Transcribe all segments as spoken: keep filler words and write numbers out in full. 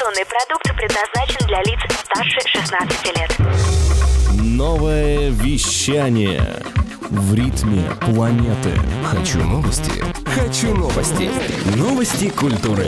Информационный продукт предназначен для лиц старше шестнадцати лет. Новое вещание в ритме планеты. Хочу новости. Хочу новости. Новости культуры.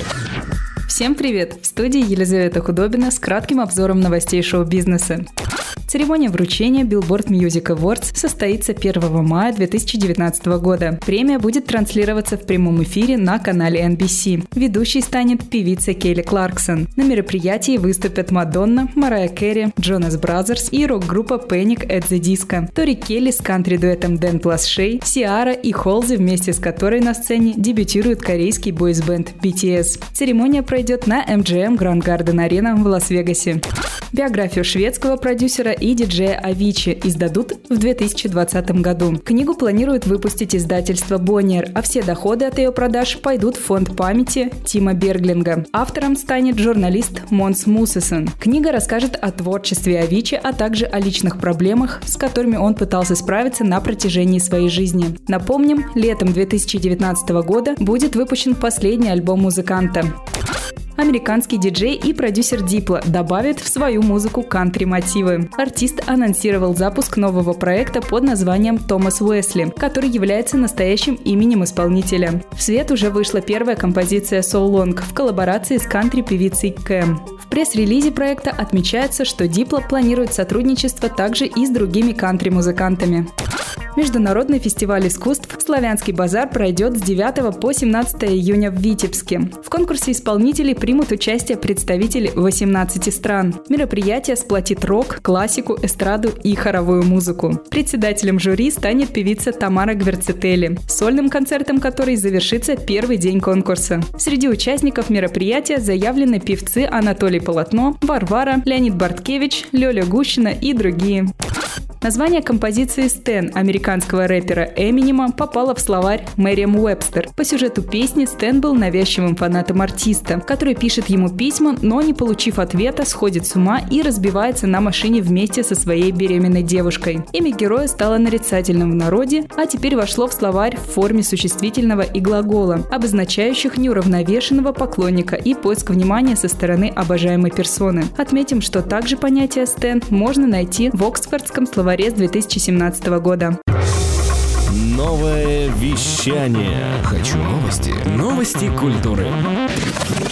Всем привет! В студии Елизавета Худобина с кратким обзором новостей шоу-бизнеса. Церемония вручения Billboard Music Awards состоится первого мая две тысячи девятнадцатого года. Премия будет транслироваться в прямом эфире на канале эн би си. Ведущей станет певица Келли Кларксон. На мероприятии выступят Мадонна, Марайя Кэрри, Джонас Бразерс и рок-группа Panic! At the Disco, Тори Келли с кантри-дуэтом Дэн плюс Шей, Сиара и Холзи, вместе с которой на сцене дебютирует корейский бойс-бенд би ти эс. Церемония пройдет на эм джи эм Grand Garden Arena в Лас-Вегасе. Биографию шведского продюсера и диджея Avicii издадут в две тысячи двадцатом году. Книгу планирует выпустить издательство Bonnier, а все доходы от ее продаж пойдут в фонд памяти Тима Берглинга. Автором станет журналист Монс Мусесон. Книга расскажет о творчестве Avicii, а также о личных проблемах, с которыми он пытался справиться на протяжении своей жизни. Напомним, летом две тысячи девятнадцатого года будет выпущен последний альбом музыканта. Американский диджей и продюсер Дипло добавит в свою музыку кантри-мотивы. Артист анонсировал запуск нового проекта под названием «Томас Уэсли», который является настоящим именем исполнителя. В свет уже вышла первая композиция «So Long» в коллаборации с кантри-певицей Кэм. В пресс-релизе проекта отмечается, что Дипло планирует сотрудничество также и с другими кантри-музыкантами. Международный фестиваль искусств «Славянский базар» пройдет с девятого по семнадцатое июня в Витебске. В конкурсе исполнителей примут участие представители восемнадцати стран. Мероприятие сплотит рок, классику, эстраду и хоровую музыку. Председателем жюри станет певица Тамара Гверцетели, сольным концертом которой завершится первый день конкурса. Среди участников мероприятия заявлены певцы Анатолий Полотно, Варвара, Леонид Барткевич, Лёля Гущина и другие. Название композиции «Стэн» американского рэпера Эминема попало в словарь Мерриам-Уэбстер. По сюжету песни Стэн был навязчивым фанатом артиста, который пишет ему письма, но, не получив ответа, сходит с ума и разбивается на машине вместе со своей беременной девушкой. Имя героя стало нарицательным в народе, а теперь вошло в словарь в форме существительного и глагола, обозначающих неуравновешенного поклонника и поиск внимания со стороны обожаемой персоны. Отметим, что также понятие «Стэн» можно найти в Оксфордском словаре с две тысячи семнадцатого года. Новое вещание. Хочу новости. Новости культуры.